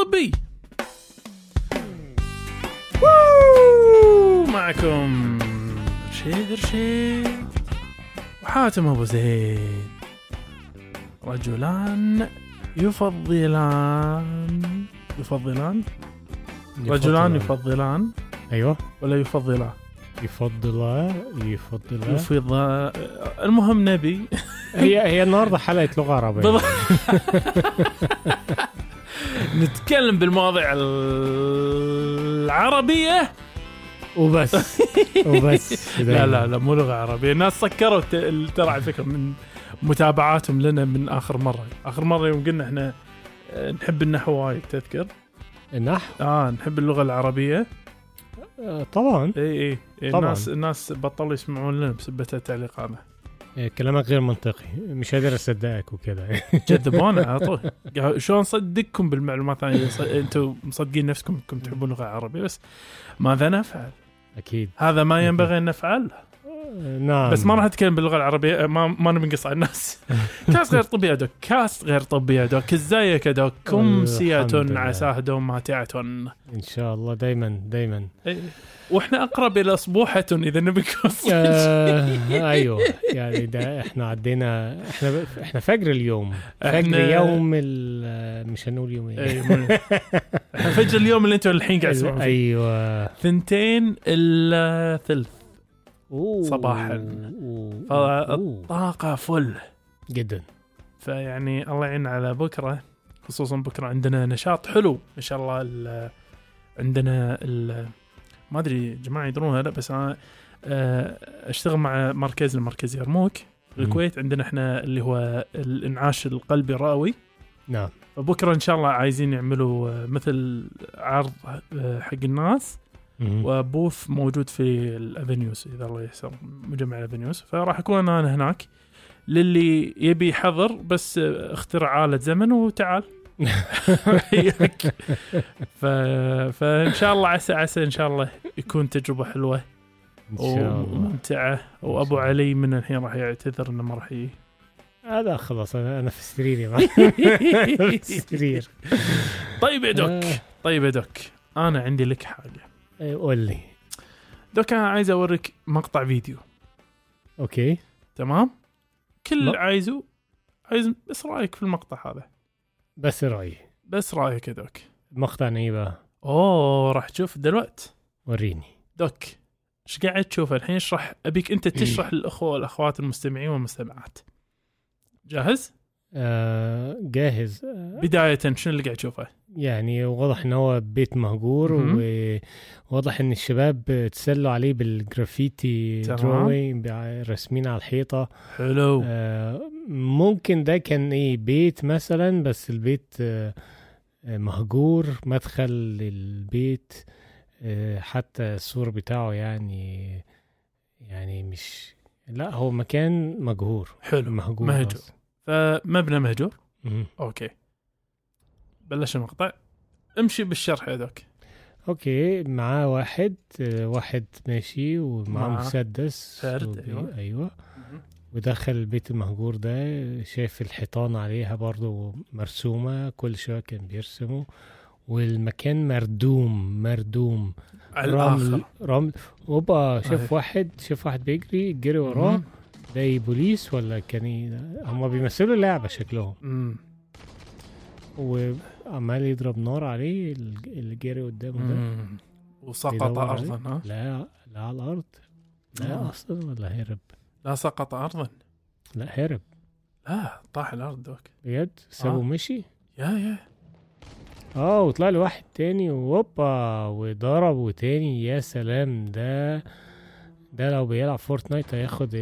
الطبي. معكم رشيد وحاتم أبو زيد، رجلان يفضلان ايوه ولا يفضلان المهم نبي هي النهارده حلقه لغه عربيه نتكلم بالمواضيع العربيه وبس لا مو لغه عربيه. الناس سكروا ترى على فكره من متابعاتهم لنا من اخر مره يوم قلنا احنا نحب النحو وايد. تذكر النحو؟ نحب اللغه العربيه طبعا. اي الناس بطلوا يسمعون لنا بسبب تعليقاتنا. كلامك غير منطقي، مش قادر اصدقك وكده. جذبونا على طول. شلون نصدقكم بالمعلومات ثانيه؟ انتم مصدقين نفسكم انكم تحبون اللغه العربيه، بس ماذا نفعل؟ اكيد هذا ما ينبغي ان نفعل. نعم، بس ما راح اتكلم باللغه العربيه، ما نبي نقص على الناس. كاست غير طبي يا دوك، ازيك يا دوك؟ كمسية عساه دوماتعة ان شاء الله دايما. واحنا اقرب الى اصبوحة اذا نبي ايوه يعني ده احنا عدينا، احنا فجر اليوم، فجر يوم مش هنقول يوم ايه. احنا فجر اليوم اللي انتوا الحين قاعد تسمعون فيه. ايوه 2:03 صباحا. الطاقة فل جدا. فيعني الله يعين على بكرة، خصوصا بكرة عندنا نشاط حلو إن شاء الله. عندنا ما أدري جماعة يدرون هذا، بس أنا أشتغل مع مركز يرموك الكويت. عندنا إحنا اللي هو الإنعاش القلبي الرئوي. نعم. فبكرة إن شاء الله عايزين يعملوا مثل عرض حق الناس، وبوث موجود في الأفنيوس إذا الله يسر، مجمع الأفنيوس. فراح أكون أنا هناك للي يبي يحضر، بس اخترع آلة زمن وتعال. فإن شاء الله عسى إن شاء الله يكون تجربة حلوة وممتعة. وأبو علي من الحين راح يعتذر إنه ما راح هذا خلاص أنا في سريري. في السرير. طيب يا دوك أنا عندي لك حاجة. قول لي دوك، أنا عايز أوريك مقطع فيديو. أوكي تمام. عايز بس رأيك في المقطع هذا. بس رأيك يا دوك. مقطع ايه بقى؟ راح تشوف دلوقتي. وريني دوك ايش قاعد تشوفه الحين؟ ابيك انت تشرح للأخوة والأخوات المستمعين والمستمعات. جاهز؟ جاهز. بداية شنو اللي قاعد تشوفه؟ يعني واضح ان هو بيت مهجور، وواضح ان الشباب تسلوا عليه بالجرافيتي دروينج، رسمين على الحيطة. حلو. ممكن ده كان بيت مثلا، بس البيت مهجور، مدخل للبيت حتى السور بتاعه يعني مش، لا هو مكان مجهور. حلو. مهجور. فمبنى مهجور. اوكي، بلش المقطع. امشي بالشرح يا دوك. اوكي، معاه واحد ماشي ومعاه مسدس فرد. ايوه. ودخل البيت المهجور ده، شاف الحيطان عليها برضو مرسومة، كل شوية كان بيرسمه، والمكان مردوم رمل. وبقى شاف واحد بيجري وراه. ده بوليس ولا كان هم بيمثلوا لعبة شكلهم. وعمال يضرب نار عليه اللي جري قدامه ده. وسقط أرضا. لا على الأرض. لا أصلا ولا هرب؟ لا سقط أرضا. لا هرب. لا طاح الأرض دوك بجد. سابه مشي. يا وطلع له واحد تاني وضربه تاني. يا سلام. ده لو بيلعب فورتنايت هياخد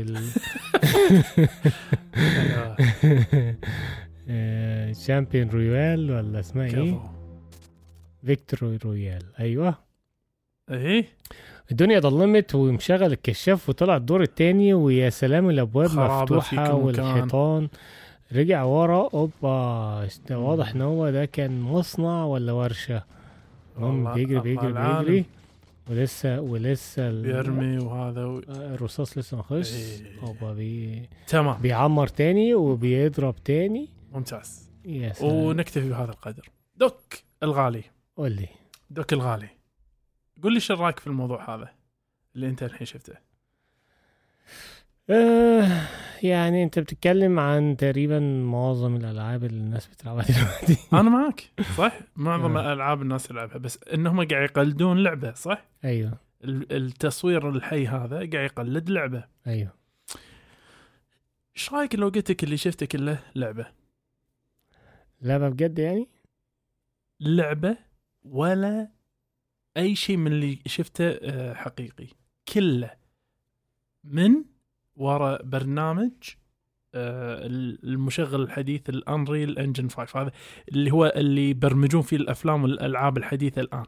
شامبيون رويال ولا اسمها ايه؟ فيكتور رويال. ايوه. الدنيا ضلمت ومشغل الكشاف وطلع الدور التاني، ويا سلام الابواب مفتوحة والحيطان. رجع ورا. واضح ان هو ده كان مصنع ولا ورشة. هم بيجري ولسه بيرمي، وهذا الرصاص لسه ما خلص. تمام. بيعمر تاني وبيضرب تاني. ممتاز. يس. ونكتفي بهذا القدر. دوك الغالي، قول لي دوك الغالي، قول لي شو رايك في الموضوع هذا اللي انت الحين شفته؟ يعني انت بتتكلم عن تقريبا معظم الالعاب اللي الناس بتلعبها دلوقتي. انا معك صح، معظم الالعاب الناس تلعبها، بس انهم قاعد يقلدون لعبه صح. ايوه التصوير الحي هذا قاعد يقلد لعبه. ايوه. ايش رايك لو قلتك اللي شفته كله لعبه بجد يعني؟ لعبه ولا اي شيء من اللي شفته حقيقي، كله من وراء برنامج المشغل الحديث الانريل انجن 5، هذا اللي هو اللي يبرمجون فيه الافلام والالعاب الحديثه الان،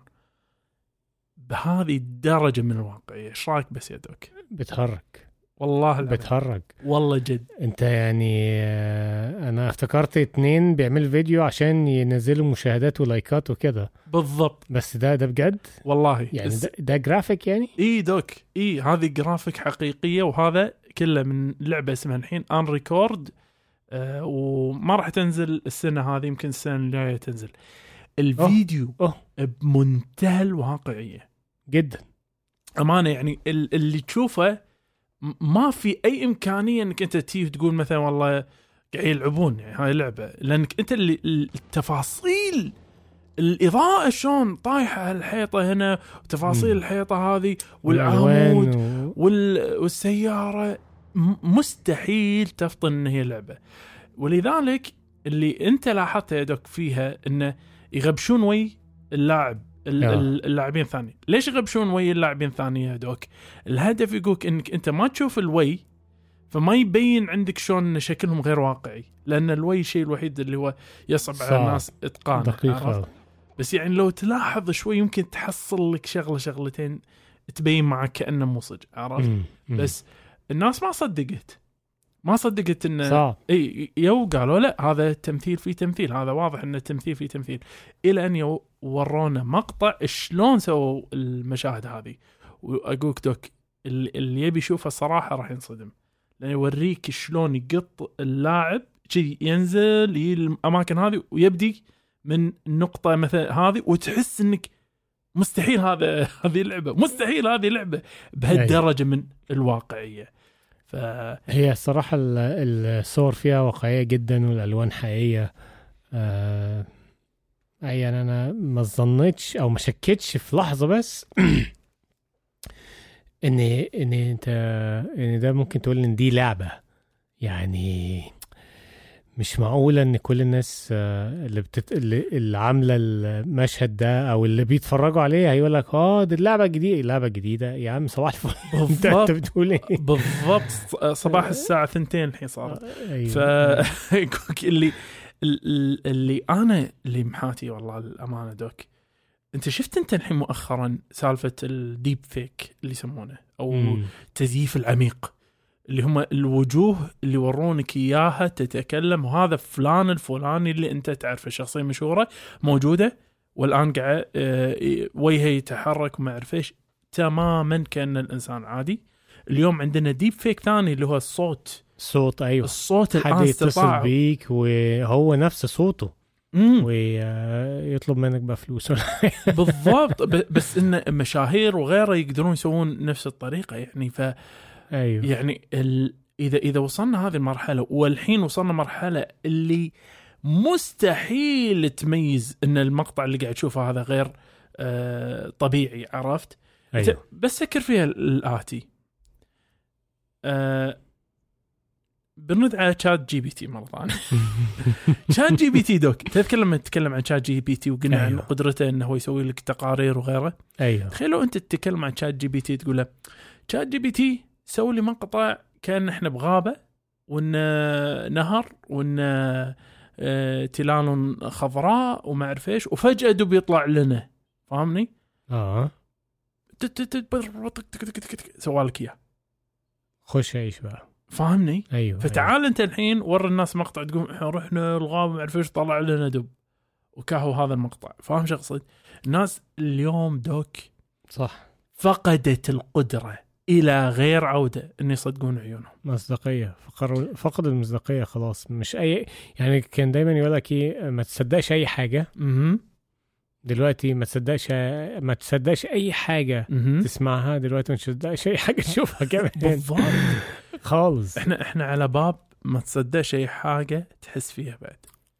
بهذه الدرجه من الواقعيه. ايش رايك بس يا دوك؟ بتهرج والله بتهرج والله جد. انت يعني انا افتكرت 2 بيعمل فيديو عشان ينزلوا مشاهدات ولايكات وكده. بالضبط. بس ده بجد والله يعني ده جرافيك يعني؟ اي دوك، اي هذه جرافيك حقيقيه، وهذا كله من لعبه اسمها الحين ان ريكورد، وما راح تنزل السنه هذه، يمكن السنه الجايه تنزل. الفيديو بمنتهى الواقعيه جدا امانه، يعني اللي تشوفه ما في اي امكانيه انك انت تيجي تقول مثلا والله قاعد يلعبون، يعني هاي لعبه، لانك انت اللي التفاصيل، الاضاءه شلون طايحه على الحيطه هنا، وتفاصيل الحيطه هذه والعمود والسياره، مستحيل تفطن ان هي لعبه. ولذلك اللي انت لاحظته يا دوك فيها انه يغبشون وي اللاعبين الثاني. ليش يغبشون وي اللاعبين الثاني يا دوك؟ الهدف يقولك انك انت ما تشوف الوي، فما يبين عندك شلون شكلهم غير واقعي، لان الوي الشيء الوحيد اللي هو يصعب على الناس اتقانه. بس يعني لو تلاحظ شوي يمكن تحصل لك شغلتين تبين معك كأنه مو صدق، عرفت؟ بس الناس ما صدقت انه صعب. اي قالوا لا هذا تمثيل في تمثيل، هذا واضح انه تمثيل في تمثيل، الى ان ورونا مقطع شلون سووا المشاهد هذه. واقولك دوك اللي يبي يشوفه صراحه راح ينصدم، لان يوريك شلون يقط اللاعب شيء، ينزل الاماكن هذه ويبدي من النقطه مثلا هذه، وتحس انك مستحيل هذه لعبه بهالدرجه من الواقعيه. هي الصراحة الصور فيها واقعية جدا والألوان حقيقية. يعني أنا ما ظنيتش أو ما شكتش في لحظة بس إن أنت إن ده ممكن تقول إن دي لعبة. يعني مش معقولة إن كل الناس اللي عاملة المشهد ده أو اللي بيتفرجوا عليه هيقول لك دي اللعبة جديدة يا عم، صباح الفل. أنت بتقول إيه بالضبط؟ صباح الساعة 2 الحين صارت. أيوة. اللي أنا اللي محاتي والله الأمانة دوك، أنت شفت أنت الحين مؤخرا سالفة الديب فيك اللي يسمونه، أو تزييف العميق، اللي هم الوجوه اللي ورونك إياها تتكلم، وهذا فلان الفلاني اللي أنت تعرفه، شخصية مشهورة موجودة والآن قاعد وجهه يتحرك وما أعرف إيش، تماما كأن الإنسان عادي. اليوم عندنا ديب فيك ثاني اللي هو الصوت. أيوة، الصوت حد يتصل بيك وهو نفس صوته ويطلب منك بفلوس. بالضبط. بس إن مشاهير وغيره يقدرون يسوون نفس الطريقة، يعني أيوه. يعني إذا وصلنا هذه المرحلة، والحين وصلنا مرحلة اللي مستحيل تميز إن المقطع اللي قاعد تشوفه هذا غير طبيعي، عرفت؟ أيوه. بس فكر فيها الآتي، بنرد على شات جي بي تي مرة ثانية. شات جي بي تي دوك، تذكر لما نتكلم عن شات جي بي تي وقلنا عن قدرته إنه هو يسوي لك تقارير وغيره؟ أيوه. تخيلوا أنت تتكلم عن شات جي بي تي تقول له شات جي بي تي سوي لي مقطع كأن احنا بغابة وإن نهر وإن تلال خضراء وما أعرف إيش، وفجأة دب يطلع لنا، فاهمني؟ سوالك إياه، خش عيش بقى، فاهمني؟ أيوه. فتعال أنت الحين ورا الناس مقطع تقول إحنا رحنا الغابة ما أعرف إيش طلع لنا دب، وكاهو هذا المقطع، فاهم شو أقصد؟ الناس اليوم دوك صح فقدت القدرة إلى غير عودة إن يصدقون عيونهم. مصداقية، فقد المصداقية خلاص. مش أي يعني كان دايما يقول لك إيه، ما تصدقش أي حاجة دلوقتي ما تصدقش اي حاجه تسمعها دلوقتي، ما تصدقش اي حاجه تشوفها كمان. بالضبط خالص. احنا على باب ما تصدقش اي حاجه تحس فيها بعد.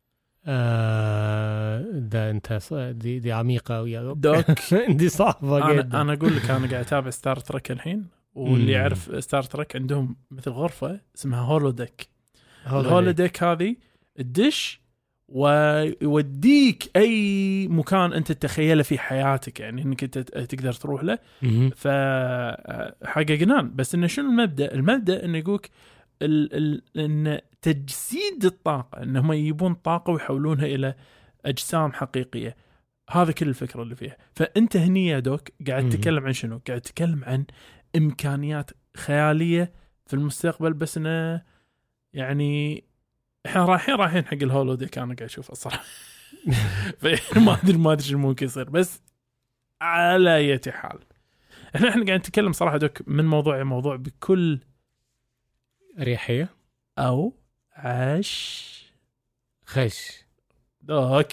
ده انت دي عميقه قوي يا دوك. دي صعبه جدا. انا اقول لك انا قاعد اتابع ستار تريك الحين، واللي يعرف ستار تريك عندهم مثل غرفه اسمها هولوديك. الهولوديك هذه الدش ويوديك اي مكان انت تتخيله في حياتك، يعني انك انت تقدر تروح له. فحاجه جنان. بس انه شنو المبدا انه يقولك ان تجسيد الطاقه، انهم يجيبون طاقه ويحولونها الى اجسام حقيقيه. هذا كل الفكره اللي فيها. فانت هني يا دوك قاعد تتكلم عن شنو؟ قاعد تتكلم عن امكانيات خياليه في المستقبل. بس انه يعني احنا رايحين حق الهولو ديك. انا قاعد اشوف الصراحه ما ادري شو ممكن يصير. بس على اي حال احنا قاعد نتكلم صراحه دوك من موضوع بكل اريحيه او خش دوك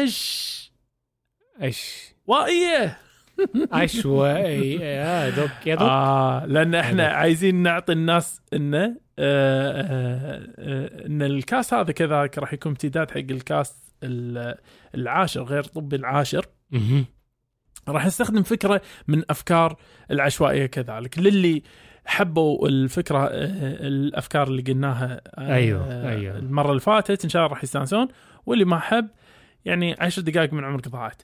وائيه عشوائي يا دوك لان احنا عايزين نعطي الناس انه ان الكاس هذا كذلك راح يكون امتداد حق الكاس العاشر غير طبي العاشر. راح نستخدم فكرة من أفكار العشوائية كذلك للي حبوا الفكرة الأفكار اللي قلناها أيوه. المرة اللي فاتت إن شاء الله راح يستانسون، واللي ما حب يعني 10 دقائق من عمرك ضاعت.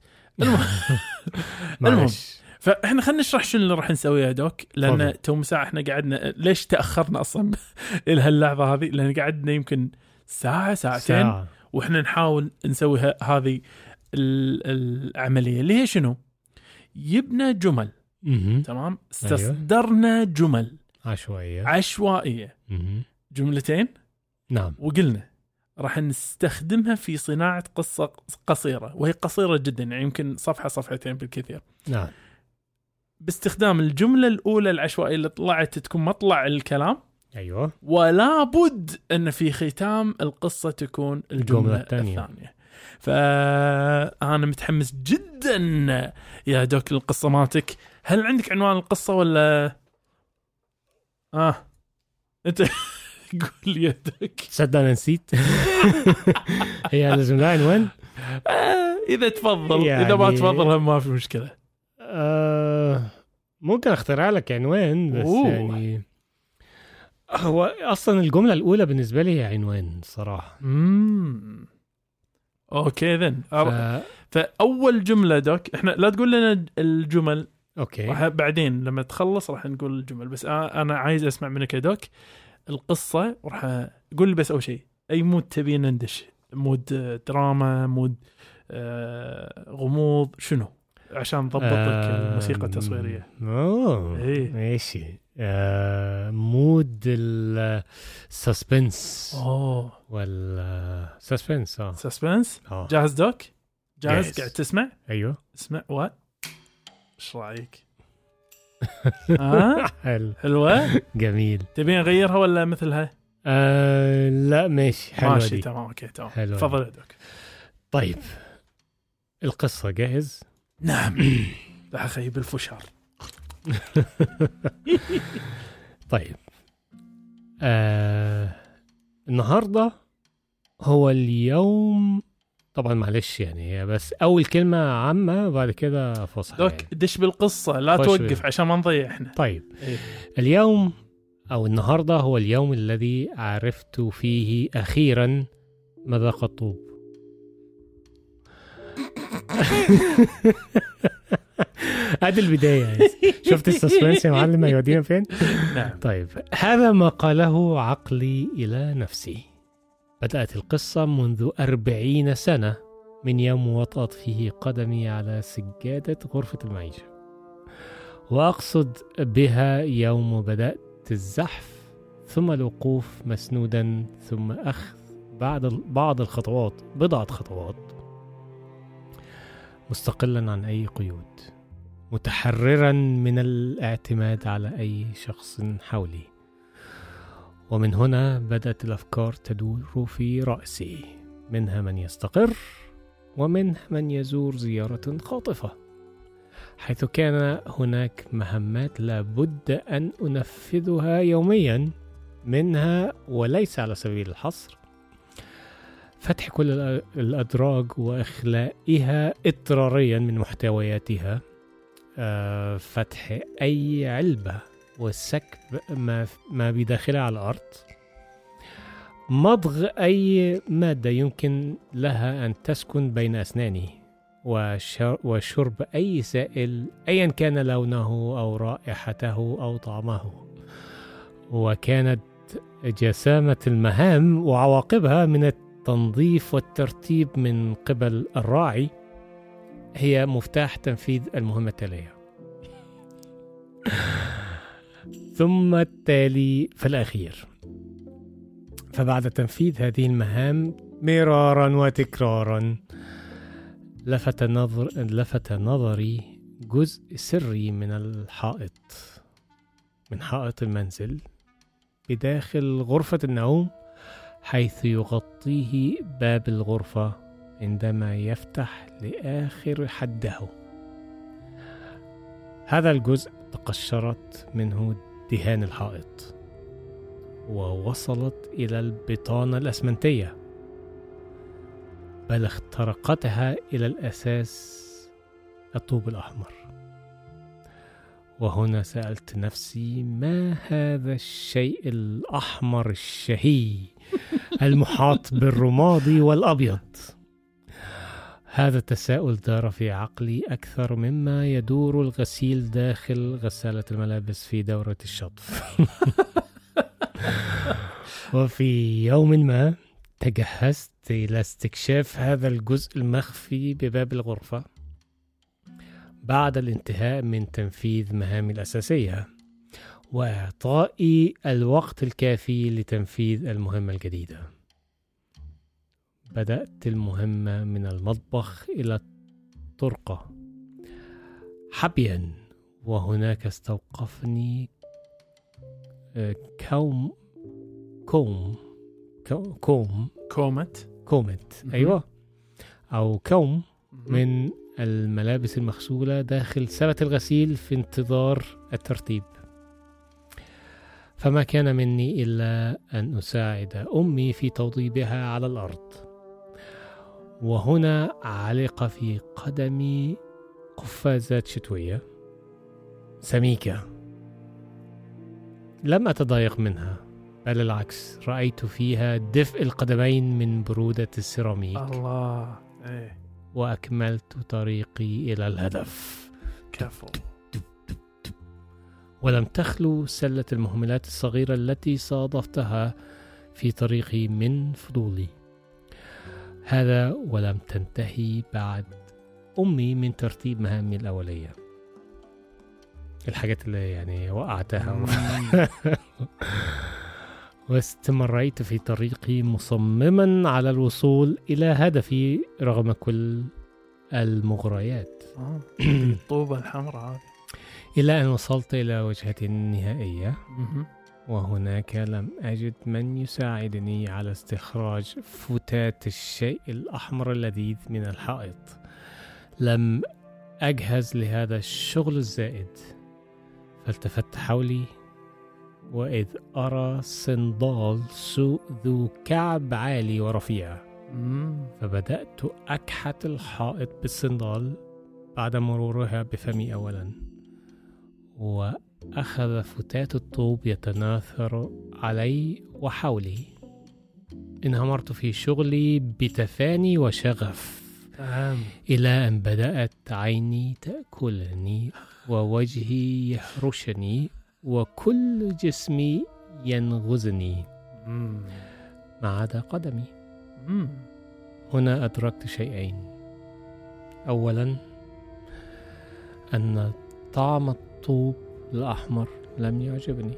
المهم فاحنا خلينا نشرح شنو اللي راح نسويه دوك، لان تو ساعه احنا قعدنا. ليش تاخرنا اصلا الى هاللحظه هذه؟ لان قعدنا يمكن ساعتين واحنا نحاول نسوي هذه العمليه اللي هي شنو؟ جبنا جمل تمام، استصدرنا جمل عشوائيه جملتين نعم، وقلنا راح نستخدمها في صناعه قصه قصيره، وهي قصيره جدا يعني يمكن صفحتين بالكثير. نعم، باستخدام الجملة الأولى العشوائية اللي طلعت تكون مطلع الكلام. أيوة. ولا بد أن في ختام القصة تكون الجملة الثانية. فأنا متحمس جدا يا دوك القصة ماتك. هل عندك عنوان القصة ولا أنت قول يا دوك. صدق أنا نسيت. هي لازم لها عنوان. إذا تفضل يعني... إذا ما تفضل ما في مشكلة. ممكن اخترع لك عنوان بس يعني هو اصلا الجمله الاولى بالنسبه لي هي عنوان صراحه. اوكي ذن فاول جمله دوك احنا لا تقول لنا الجمل، اوكي بعدين لما تخلص راح نقول الجمل. بس انا عايز اسمع منك يا دوك القصه، وراح قول لي بس اول شيء اي مود تبي ندش، مود دراما، مود غموض، شنو عشان نضبط الموسيقى التصويريه. ماشي. مود السسبنس والسسبنس. سسبنس. جاهز دوك؟ جاهز؟ قاعد تسمع؟ ايوه اسمع. ايش رايك؟ حلوه جميل. تبين نغيرها ولا مثلها؟ لا ماشي، حلوه ماشي دي. تمام اوكي تمام. تفضل يا دوك. طيب القصه جاهز؟ نعم. راح اخيب الفشار. طيب النهارده هو اليوم، طبعا معلش يعني بس اول كلمه عامه بعد كده فصحى دوك يعني. دش بالقصه لا توقف عشان ما نضيع احنا. طيب اليوم او النهارده هو اليوم الذي عرفت فيه اخيرا مذاق الطوب. هذه البداية يعني. شفت السسبنس يا معلم يودينا فين؟ نعم. طيب هذا ما قاله عقلي إلى نفسي. بدأت القصة منذ 40 سنة من يوم وطأت فيه قدمي على سجادة غرفة المعيشة، وأقصد بها يوم بدأت الزحف ثم الوقوف مسنودا ثم أخذ بعض الخطوات، بضعة خطوات مستقلا عن أي قيود، متحررا من الاعتماد على أي شخص حولي. ومن هنا بدأت الأفكار تدور في رأسي، منها من يستقر ومنه من يزور زيارة خاطفة، حيث كان هناك مهمات لابد أن أنفذها يوميا، منها وليس على سبيل الحصر فتح كل الأدراج وإخلائها اضطراريا من محتوياتها، فتح أي علبة وسكب ما بداخلها على الأرض، مضغ أي مادة يمكن لها أن تسكن بين أسناني، وشرب أي سائل أيا كان لونه أو رائحته أو طعمه. وكانت جسامة المهام وعواقبها من التنظيف والترتيب من قبل الراعي هي مفتاح تنفيذ المهمة التالية. ثم التالي فالأخير، فبعد تنفيذ هذه المهام مرارا وتكرارا لفت نظري جزء سري من حائط المنزل بداخل غرفة النوم، حيث يغطيه باب الغرفة عندما يفتح لآخر حده. هذا الجزء تقشرت منه دهان الحائط ووصلت إلى البطانة الأسمنتية، بل اخترقتها إلى الأساس الطوب الأحمر. وهنا سألت نفسي: ما هذا الشيء الأحمر الشهي المحاط بالرماد والأبيض؟ هذا التساؤل دار في عقلي أكثر مما يدور الغسيل داخل غسالة الملابس في دورة الشطف. وفي يوم ما تجهزت إلى استكشاف هذا الجزء المخفي بباب الغرفة بعد الانتهاء من تنفيذ مهامي الأساسية وإعطائي الوقت الكافي لتنفيذ المهمة الجديدة. بدأت المهمة من المطبخ إلى الطرقة حبيا، وهناك استوقفني كومت أيوة، أو كوم من الملابس المغسولة داخل سلة الغسيل في انتظار الترتيب. فما كان مني إلا أن أساعد أمي في توضيبها على الأرض. وهنا علق في قدمي قفازات شتوية سميكة، لم أتضايق منها، بل العكس، رأيت فيها دفء القدمين من برودة السيراميك. الله. وأكملت طريقي إلى الهدف. كفو. ولم تخلو سلة المهملات الصغيرة التي صادفتها في طريقي من فضولي. هذا ولم تنتهي بعد أمي من ترتيب مهامي الأولية، الحاجات اللي يعني وقعتها. واستمريت في طريقي مصمما على الوصول إلى هدفي رغم كل المغريات. الطوبة الحمراء هذه. إلى أن وصلت إلى وجهتي النهائية، وهناك لم أجد من يساعدني على استخراج فتات الشيء الأحمر اللذيذ من الحائط. لم أجهز لهذا الشغل الزائد، فالتفت حولي وإذ أرى صندال ذو كعب عالي ورفيع. فبدأت أكحت الحائط بالصندال بعد مرورها بفمي أولا، وأخذ فتات الطوب يتناثر علي وحولي. انهمرت في شغلي بتفاني وشغف، إلى أن بدأت عيني تأكلني ووجهي يهرشني وكل جسمي ينغزني ما عدا قدمي. هنا أدركت شيئين: أولا أن طعم الطوب الأحمر لم يعجبني،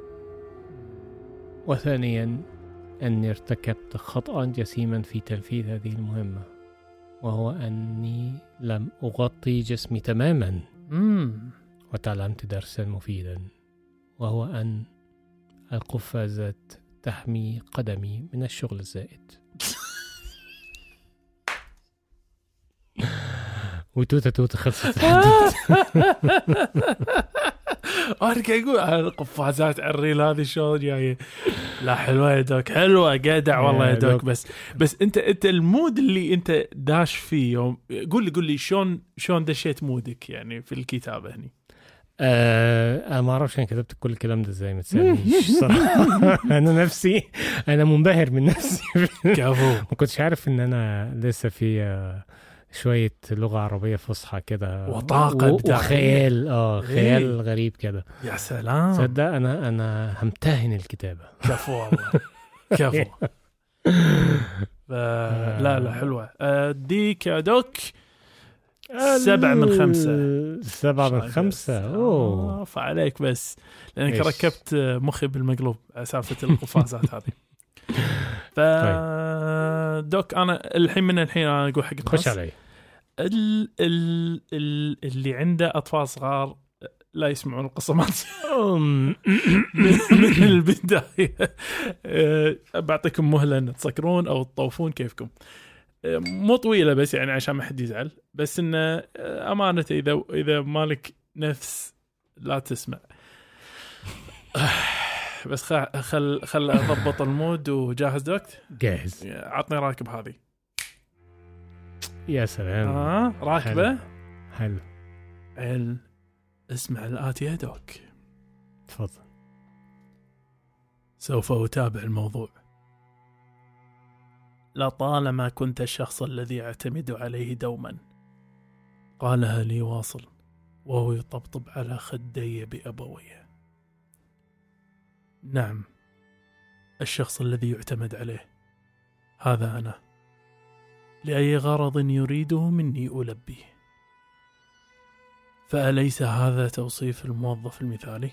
وثانيا أني ارتكبت خطأ جسيما في تنفيذ هذه المهمة، وهو أني لم أغطي جسمي تماما. وتعلمت درسا مفيدا، وهو أن القفازات تحمي قدمي من الشغل الزائد. وتوتة توتة خلصت. أرجع يقول القفازات على الريل هذه شلون جاية. لا حلوة يا دوك، حلوة جدع والله يا دوك. بس انت المود اللي انت داش فيه يوم، قول لي شلون دشيت مودك يعني في الكتابة هني. انا ما اعرفش انا كتبت كل الكلام ده ازاي، ما تسالنيش صراحه. انا نفسي انا منبهر من نفسي. كفو. ما كنتش عارف ان انا لسه في شويه لغه عربيه فصحى كده وطاقه وخيال خيال غريب كده. يا سلام. صدق انا همتهن الكتابه. كفو والله. كفو. لا حلوه. اديك يا دوك 7 من 5. 7 من 5. اوه فعليك بس لانك ركبت مخي بالمقلوب على سالفه القفازات هذه. دوك انا الحين انا اقول حق خش علي. اللي عنده اطفال صغار لا يسمعون القصمات من البدايه. بعطيكم مهله ان تسكرون او تطوفون كيفكم. مو طويله بس يعني عشان ما حد يزعل، بس انه امانه اذا مالك نفس لا تسمع. بس خل اضبط المود. وجاهز دوكت؟ جاهز. عطني راكب هذه. يا سلام. راكبه حلو. اسمع الآتي يا دوك. تفضل. سوف أتابع الموضوع. لطالما كنت الشخص الذي أعتمد عليه دوما، قالها لي واصل وهو يطبطب على خدي بأبويه. نعم، الشخص الذي يعتمد عليه هذا أنا، لأي غرض يريده مني ألبيه. فأليس هذا توصيف الموظف المثالي؟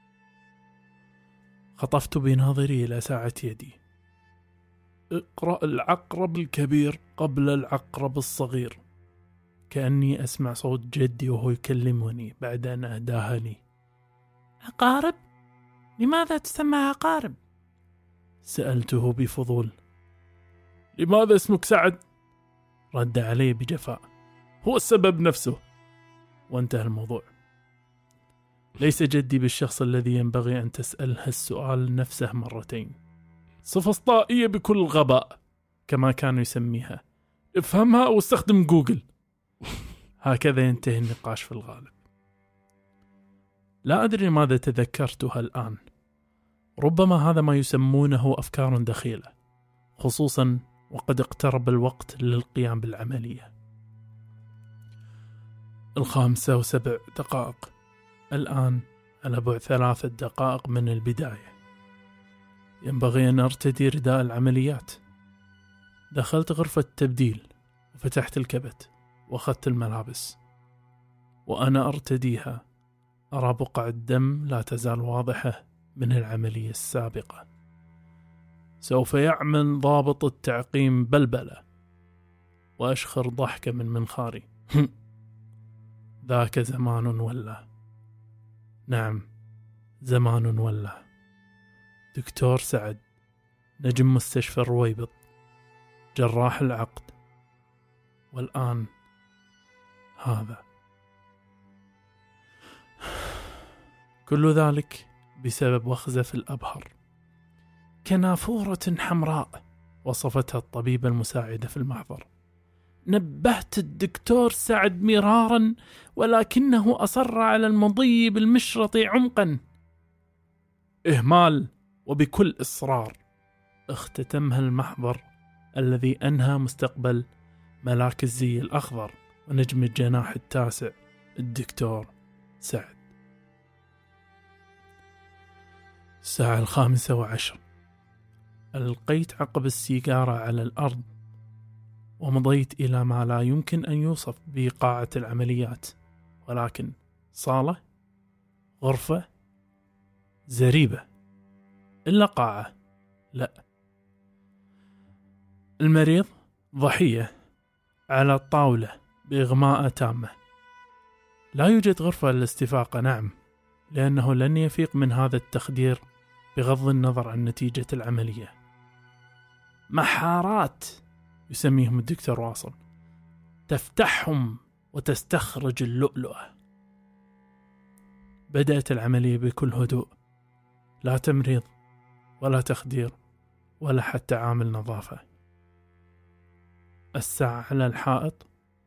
خطفت بناظري إلى ساعة يدي. اقرأ العقرب الكبير قبل العقرب الصغير. كأني أسمع صوت جدي وهو يكلمني بعد أن أهداها لي. عقارب؟ لماذا تسمى عقارب؟ سألته بفضول. لماذا اسمك سعد؟ رد علي بجفاء. هو السبب نفسه. وانتهى الموضوع. ليس جدي بالشخص الذي ينبغي أن تسأله السؤال نفسه مرتين. سفسطائية بكل غباء كما كانوا يسميها. افهمها أو استخدم جوجل. هكذا ينتهي النقاش في الغالب. لا أدري ماذا تذكرتها الآن. ربما هذا ما يسمونه أفكار دخيلة، خصوصا وقد اقترب الوقت للقيام بالعملية. 5:07. الآن على بعد 3 دقائق من البداية. ينبغي أن أرتدي رداء العمليات. دخلت غرفة التبديل وفتحت الكبت وأخذت الملابس. وأنا أرتديها أرى بقع الدم لا تزال واضحة من العملية السابقة. سوف يعمل ضابط التعقيم بلبلة وأشخر ضحكة من منخاري. ذاك زمان ولا. نعم، زمان ولا. دكتور سعد، نجم مستشفى الرويبض، جراح العقد، والآن هذا. كل ذلك بسبب وخزة في الأبهر، كنافورة حمراء وصفتها الطبيبة المساعدة في المحضر. نبهت الدكتور سعد مرارا ولكنه أصر على المضي بالمشرط عمقا. إهمال وبكل إصرار. اختتمها المحضر الذي أنهى مستقبل ملاك الزي الأخضر ونجم الجناح التاسع الدكتور سعد. الساعة 5:10. ألقيت عقب السيجارة على الأرض ومضيت إلى ما لا يمكن أن يوصف بقاعة العمليات، ولكن صالة، غرفة، زريبة، إلا قاعة لا. المريض ضحية على الطاولة بإغماء تامة. لا يوجد غرفة للاستفاقة، نعم، لأنه لن يفيق من هذا التخدير بغض النظر عن نتيجة العملية. محارات يسميهم الدكتور واصل، تفتحهم وتستخرج اللؤلؤة. بدأت العملية بكل هدوء، لا تمريض ولا تخدير ولا حتى عامل نظافة. الساعة على الحائط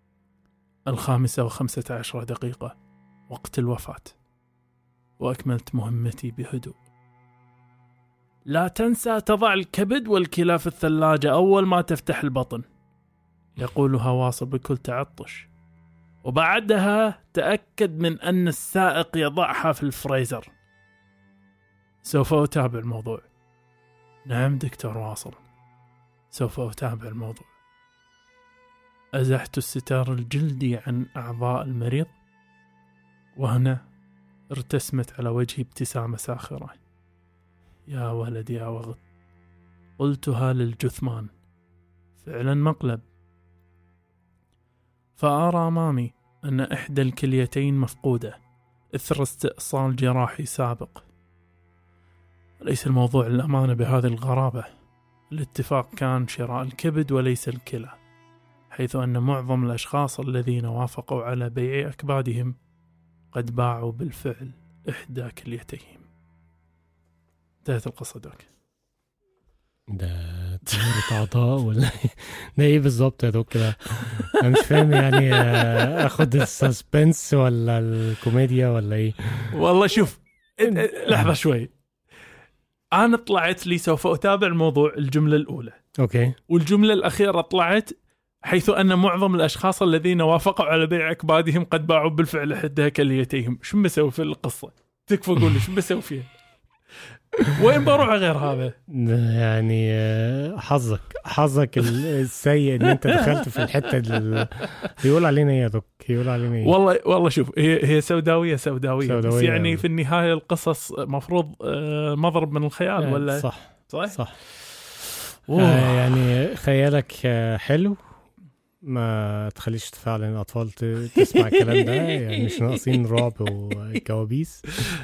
5:15 وقت الوفاة، وأكملت مهمتي بهدوء. لا تنسى تضع الكبد والكلى في الثلاجة أول ما تفتح البطن، يقولها واصل بكل تعطش، وبعدها تأكد من أن السائق يضعها في الفريزر. سوف أتابع الموضوع. نعم دكتور واصل، سوف أتابع الموضوع. أزحت الستار الجلدي عن أعضاء المريض، وهنا ارتسمت على وجهي ابتسامة ساخرة. يا ولد يا وغد، قلتها للجثمان، فعلا مقلب. فأرى أمامي أن إحدى الكليتين مفقودة إثر استئصال جراحي سابق. ليس الموضوع الأمانة بهذه الغرابة. الاتفاق كان شراء الكبد وليس الكلى، حيث أن معظم الأشخاص الذين وافقوا على بيع أكبادهم قد باعوا بالفعل إحدى كليتيهم. انتهت القصة دوك. ده تغيير أعضاء ولا ده إيه بالظبط يا دوك كده؟ أنا مش فاهم يعني، أخد السسبنس ولا الكوميديا ولا إيه؟ والله شوف، لحظة شوي. أنا طلعت لي سوف أتابع الموضوع الجملة الأولى، أوكي، والجملة الأخيرة طلعت حيث أن معظم الأشخاص الذين وافقوا على بيع أكبادهم قد باعوا بالفعل إحدى كليتيهم. شو بسوي في القصة؟ تكفى قولي شو بسوي فيها؟ وين بروح غير هذا؟ يعني حظك السيء ان انت دخلت في الحته يقول علينا ايه يا دوك، يقول علينا ايه؟ والله شوف، هي سوداويه بس يعني يعني. في النهايه القصص مفروض مضرب من الخيال ولا صح. يعني خيالك حلو، ما تخليش فعلا الاطفال تسمع الكلام ده، يعني مش ناقصين رعب وكوابيس.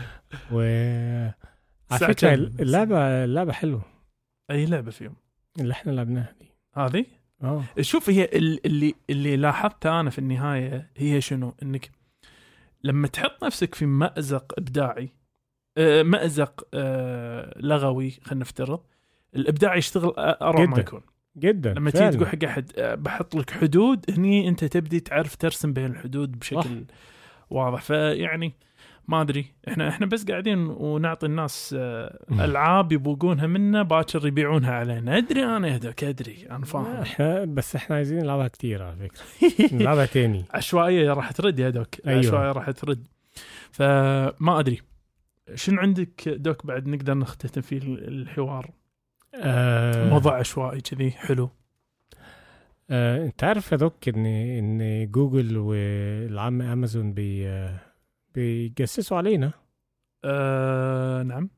على فكرة اللعبة حلوة. أي لعبة فيهم اللي احنا لعبناها دي هذه؟ شوف، هي اللي لاحظتها أنا في النهاية هي شنو؟ إنك لما تحط نفسك في مأزق إبداعي، مأزق لغوي، خلينا نفترض الإبداع يشتغل أروع ما يكون جدا. لما تيجي تقول حق أحد بحط لك حدود، هني أنت تبدي تعرف ترسم بين الحدود بشكل واضح. فيعني ما أدري، إحنا بس قاعدين ونعطي الناس ألعاب يبوقونها منا باكر يبيعونها علينا. أدري أنا يهدك، أدري أنا فاهم، بس إحنا عايزين نلعبها كتير على فكرة. نلعبها تاني. عشوائية راح ترد يا دوك. أيوة. عشوائية راح ترد. فما أدري شنو عندك دوك بعد نقدر نختتم فيه الحوار. موضوع عشوائي كذي حلو. أنت عارف يا دوك إن جوجل والعم أمازون بيجسسوا علينا. نعم.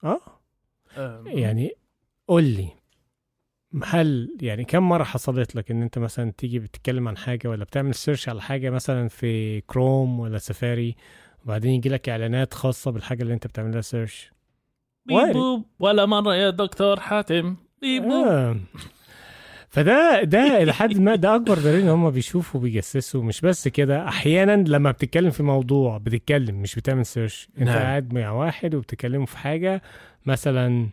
يعني قول لي، هل يعني كم مرة حصلت لك ان انت مثلا تيجي بتتكلم عن حاجة ولا بتعمل سيرش على حاجة مثلا في كروم ولا سفاري، وبعدين يجي لك اعلانات خاصة بالحاجة اللي انت بتعملها سيرش؟ بيبوب ولا مرة يا دكتور حاتم بيبوب. فده لحد ما ده اكبر دليل ان هم بيشوفوا بيجسسوا. مش بس كده، احيانا لما بتتكلم في موضوع بتتكلم مش بتعمل سيرش. انت قاعد مع واحد وبتتكلموا في حاجة مثلا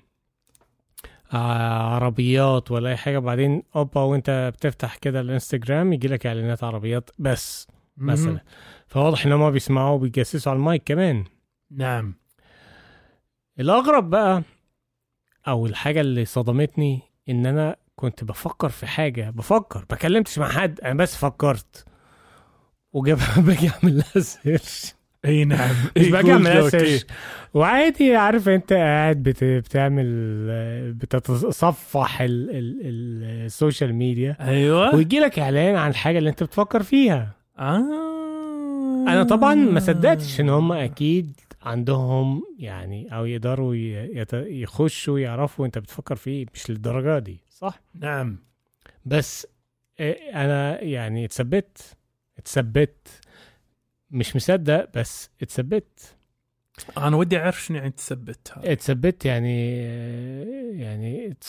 عربيات ولا اي حاجة، بعدين وانت بتفتح كده الانستجرام يجي لك اعلانات عربيات بس مثلا. فواضح ان هم بيسمعوا وبيجسسوا على المايك كمان. نعم. الاغرب بقى او الحاجة اللي صدمتني ان انا كنت بفكر في حاجة، بكلمتش مع حد، انا بس فكرت باجي اعمل لها سيرش. اي نعم. مش باجي اعمل لها سيرش وعادي، عارف انت قاعد بتعمل بتتصفح السوشيال ميديا. ايوه. ويجي لك اعلان عن الحاجة اللي انت بتفكر فيها. انا طبعا ما صدقتش ان هم اكيد عندهم يعني او يقدروا يخشوا يعرفوا انت بتفكر فيه، مش للدرجة دي صح؟ نعم. بس انا يعني اتثبت مش مصدق، بس اتثبت. انا ودي اعرف شنو يعني تثبت. اتثبت يعني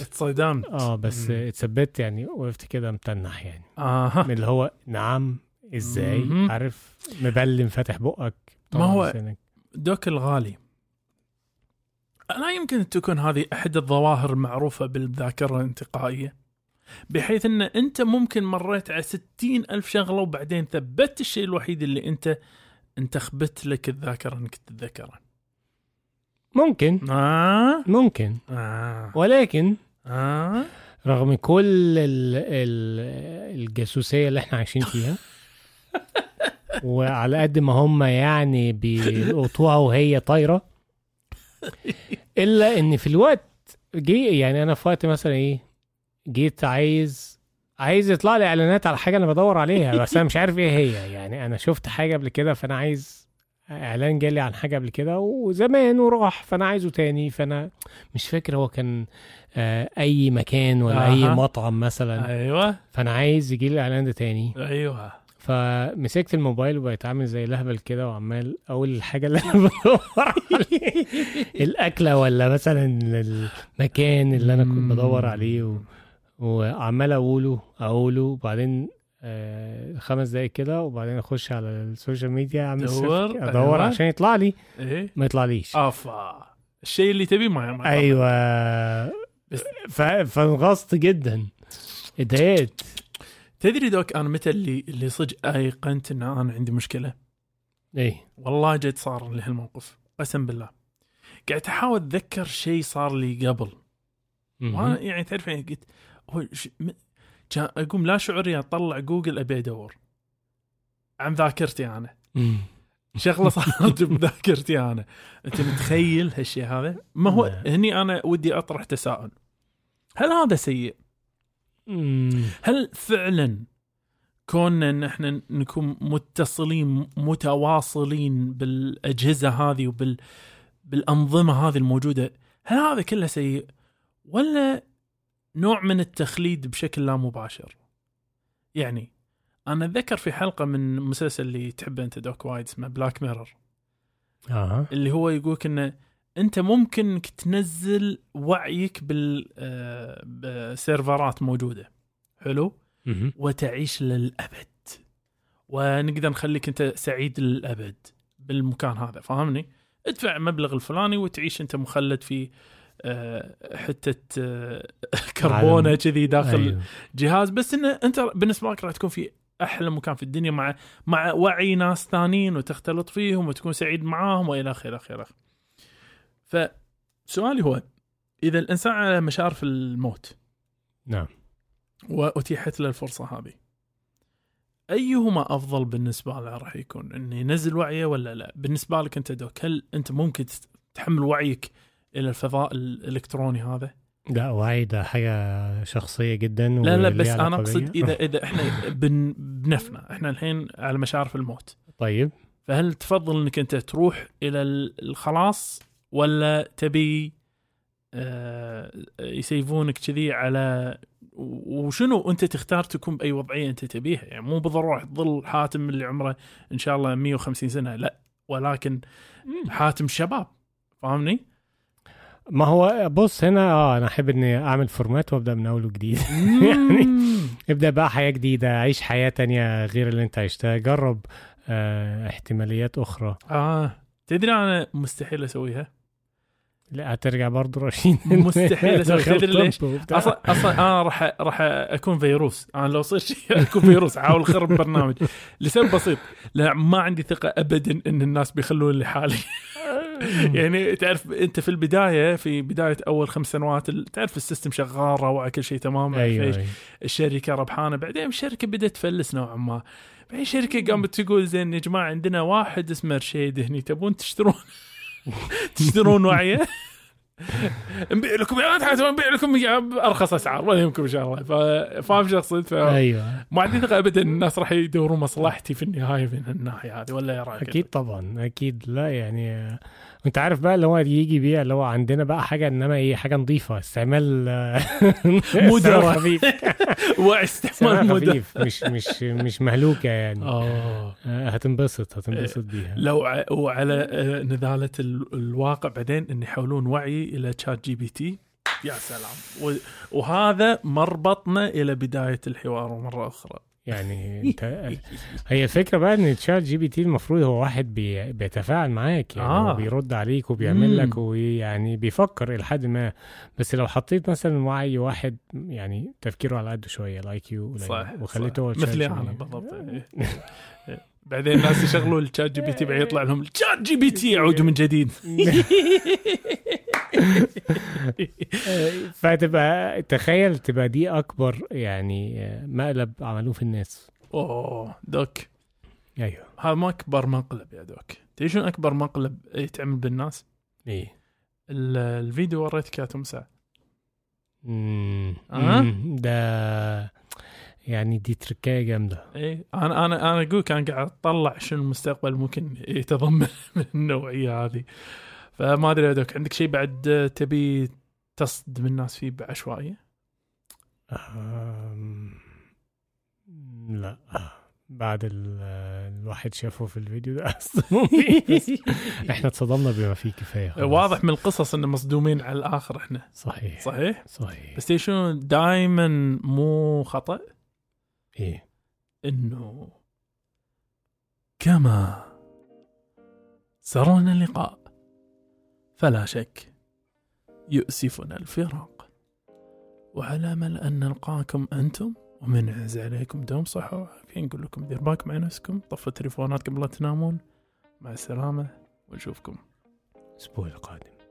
اتصدمت. بس اتثبت يعني وقفت كده متنح يعني. من اللي هو نعم ازاي عارف مبلم فاتح بقك ما هو دوك الغالي. لا يمكن تكون هذه أحد الظواهر المعروفة بالذاكرة الانتقائية، بحيث أن أنت ممكن مريت على 60,000 شغلة وبعدين ثبت الشيء الوحيد اللي أنت خبت لك الذاكرة أنك تتذكره. ممكن ممكن ولكن رغم كل الجاسوسية اللي احنا عايشين فيها وعلى قد ما هم يعني بيلقطوها وهي طايرة، إلا إن في الوقت يعني أنا في وقت مثلا إيه جيت عايز يطلع لي إعلانات على حاجة أنا بدور عليها بس أنا مش عارف إيه هي. يعني أنا شفت حاجة قبل كده فأنا عايز إعلان جالي عن حاجة قبل كده وزمان وراح فأنا عايزه تاني، فأنا مش فاكر هو كان أي مكان ولا أي مطعم مثلا. أيوة. فأنا عايز يجي لي الإعلان ده تاني. أيوة. فمسكت الموبايل وبقيت عامل زي لهبل كده وعمال اقول الحاجه اللي انا بدور عليه الاكله ولا مثلا المكان اللي انا كنت بدور عليه وعمال اقوله وبعدين 5 دقايق كده وبعدين اخش على السوشيال ميديا اعمل ادور عشان يطلع لي ما يطلعليش الشيء اللي تبيه ما ايوه. فانغصت جدا اتضايقت. تدري دوك أنا متى اللي صج أيقنت إن أنا عندي مشكلة؟ إيه والله جد صار لي هالموقف قسم بالله. قاعد أحاول أتذكر شيء صار لي قبل وأنا يعني تعرف يعني قلت أقوم لا شعوري أطلع جوجل أبي أدور عن ذاكرتي أنا شغلة صارت بذاكرتي أنا. أنت متخيل هالشيء هذا؟ ما هو هني أنا ودي أطرح تساؤل، هل هذا سيء؟ هل فعلا كوننا ان احنا نكون متصلين متواصلين بالاجهزه هذه بالانظمه هذه الموجوده، هل هذا كله سيء ولا نوع من التخليد بشكل لا مباشر؟ يعني انا اتذكر في حلقه من مسلسل اللي تحبه انت دوك وايد اسمه بلاك ميرور اللي هو يقولك انه انت ممكن انك تنزل وعيك بالسيرفرات موجوده حلو وتعيش للابد ونقدر نخليك انت سعيد للابد بالمكان هذا، فاهمني؟ ادفع مبلغ الفلاني وتعيش انت مخلد في حته كربونه كذي داخل جهاز، بس انه انت بالنسبه لك راح تكون في احلى مكان في الدنيا مع وعي ناس ثانيين وتختلط فيهم وتكون سعيد معاهم والى اخره. فسؤالي هو إذا الإنسان على مشارف الموت نعم وأتيحت له الفرصة هذه، أيهما أفضل بالنسبة له راح يكون إنه ينزل وعيه ولا لا؟ بالنسبة لك أنت دوك هل أنت ممكن تحمل وعيك إلى الفضاء الإلكتروني هذا؟ لا وعي ده حاجة شخصية جدا. لا بس أنا أقصد إذا إحنا بنفنا إحنا الحين على مشارف الموت، طيب فهل تفضل إنك أنت تروح إلى الخلاص ولا تبي يسيفونك كذي على وشنو أنت تختار تكون بأي وضعية أنت تبيها؟ يعني مو بالضرورة تظل حاتم اللي عمره إن شاء الله 150 سنة لا، ولكن حاتم شباب، فاهمني؟ ما هو بص هنا أنا أحب إني أعمل فورمات وأبدأ من أول وجديد يعني ابدأ بقى حياة جديدة، عيش حياة تانية غير اللي أنت عشتها، جرب احتماليات أخرى. تدري أنا مستحيل أسويها. لا هترجع برضو رشيد مستحيل أسوي. تدري ليش؟ أصلا أنا راح أكون فيروس. أنا لو صير شيء أكون فيروس أحاول أخرب برنامج لسبب بسيط، لا ما عندي ثقة أبدا إن الناس بيخلون لي حالي. يعني تعرف أنت في البداية في بداية أول 5 سنوات تعرف السيستم شغال روعة كل شيء تمام، أيوة. الشركة ربحانة، بعدين الشركة بدأت تفلس نوعا ما، بعدين شركة قامت تقول زين يا جماعة عندنا واحد اسمه رشيد هني تبون تشترون وعيه نبيع لكم نبيع لكم بأرخص أسعار ولا يمكن إن شاء الله. فاهم شو أقصد؟ أيوة. ما عندي ثقة أبدا الناس راح يدوروا مصلحتي في النهاية في الناحية هذه، ولا يا رأيك؟ أكيد طبعا أكيد. لا يعني أنت عارف بقى اللي هو يجي بيها اللي هو عندنا بقى حاجة إنما إيه حاجة نظيفة استعمال مدرة خفيف واستعمال خفيف مش مهلوكة يعني. هتنبسط بيها. لو وعلى نذالة الواقع بعدين إن يحولون وعي إلى شات جي بي تي، يا سلام. وهذا مربطنا إلى بداية الحوار مرة أخرى. يعني انت هي الفكره بقى ان تشات جي بي تي المفروض هو واحد بيتفاعل معاك يعني هو بيرد عليك وبيعمل لك ويعني بيفكر الى حد ما. بس لو حطيت مثلا وعي واحد يعني تفكيره على قده شويه الاي كيو وخليته هو مثلي انا بالضبط. بعدين الناس يشغلوا الشات جي بي تي بعد يطلع لهم الشات جي بي تي يعود من جديد. فتبقى تخيل تبقى دي اكبر يعني مقلب عملوه في الناس. دوك ايوه هذا ما اكبر مقلب يا دوك. تيجون اكبر مقلب يتعمل بالناس ايه الفيديو وريتك يا تمسع. ده يعني دي تركية جامدة. ايه انا اقول كان قاعد اطلع شنو المستقبل ممكن يتضمن من النوعية هذه. فما ادري يا دوك عندك شيء بعد تبي تصدم الناس فيه بعشوائية؟ لا بعد الواحد شافه في الفيديو ده احنا اتصدمنا بما فيه كفاية. واضح من القصص ان مصدومين على الاخر احنا. صحيح. بس شنو دائما مو خطأ ايه انه كما سرنا اللقاء فلا شك يؤسفنا الفراق، وعلى أمل أن نلقاكم أنتم ومن عز عليكم دوم صحة وعافية. نقول لكم دير بالكم على نفسكم، طفوا تليفوناتكم لا تنامون. مع السلامة ونشوفكم الأسبوع القادم.